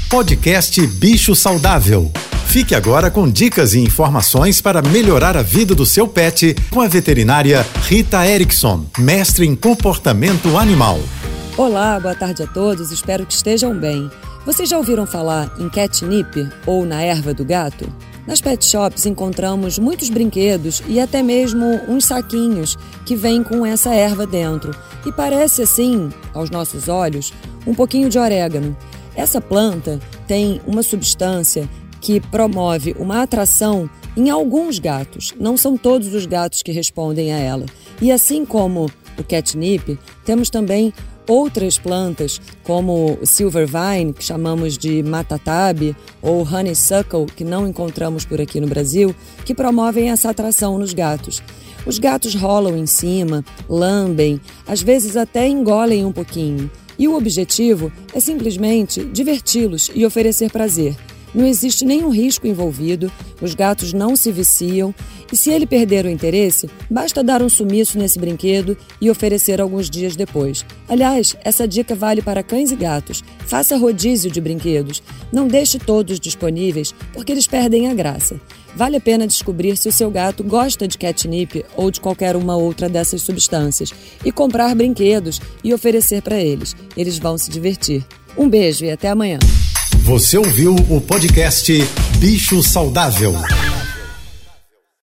Podcast Bicho Saudável. Fique agora com dicas e informações para melhorar a vida do seu pet com a veterinária Rita Erickson, mestre em comportamento animal. Olá, boa tarde a todos, espero que estejam bem. Vocês já ouviram falar em catnip ou na erva do gato? Nas pet shops encontramos muitos brinquedos e até mesmo uns saquinhos que vêm com essa erva dentro. E parece assim, aos nossos olhos, um pouquinho de orégano. Essa planta tem uma substância que promove uma atração em alguns gatos. Não são todos os gatos que respondem a ela. E assim como o catnip, temos também outras plantas, como o silvervine, que chamamos de matatabe, ou honeysuckle, que não encontramos por aqui no Brasil, que promovem essa atração nos gatos. Os gatos rolam em cima, lambem, às vezes até engolem um pouquinho. E o objetivo é simplesmente diverti-los e oferecer prazer. Não existe nenhum risco envolvido, os gatos não se viciam e se ele perder o interesse, basta dar um sumiço nesse brinquedo e oferecer alguns dias depois. Aliás, essa dica vale para cães e gatos. Faça rodízio de brinquedos. Não deixe todos disponíveis porque eles perdem a graça. Vale a pena descobrir se o seu gato gosta de catnip ou de qualquer uma outra dessas substâncias e comprar brinquedos e oferecer para eles. Eles vão se divertir. Um beijo e até amanhã. Você ouviu o podcast Bicho Saudável.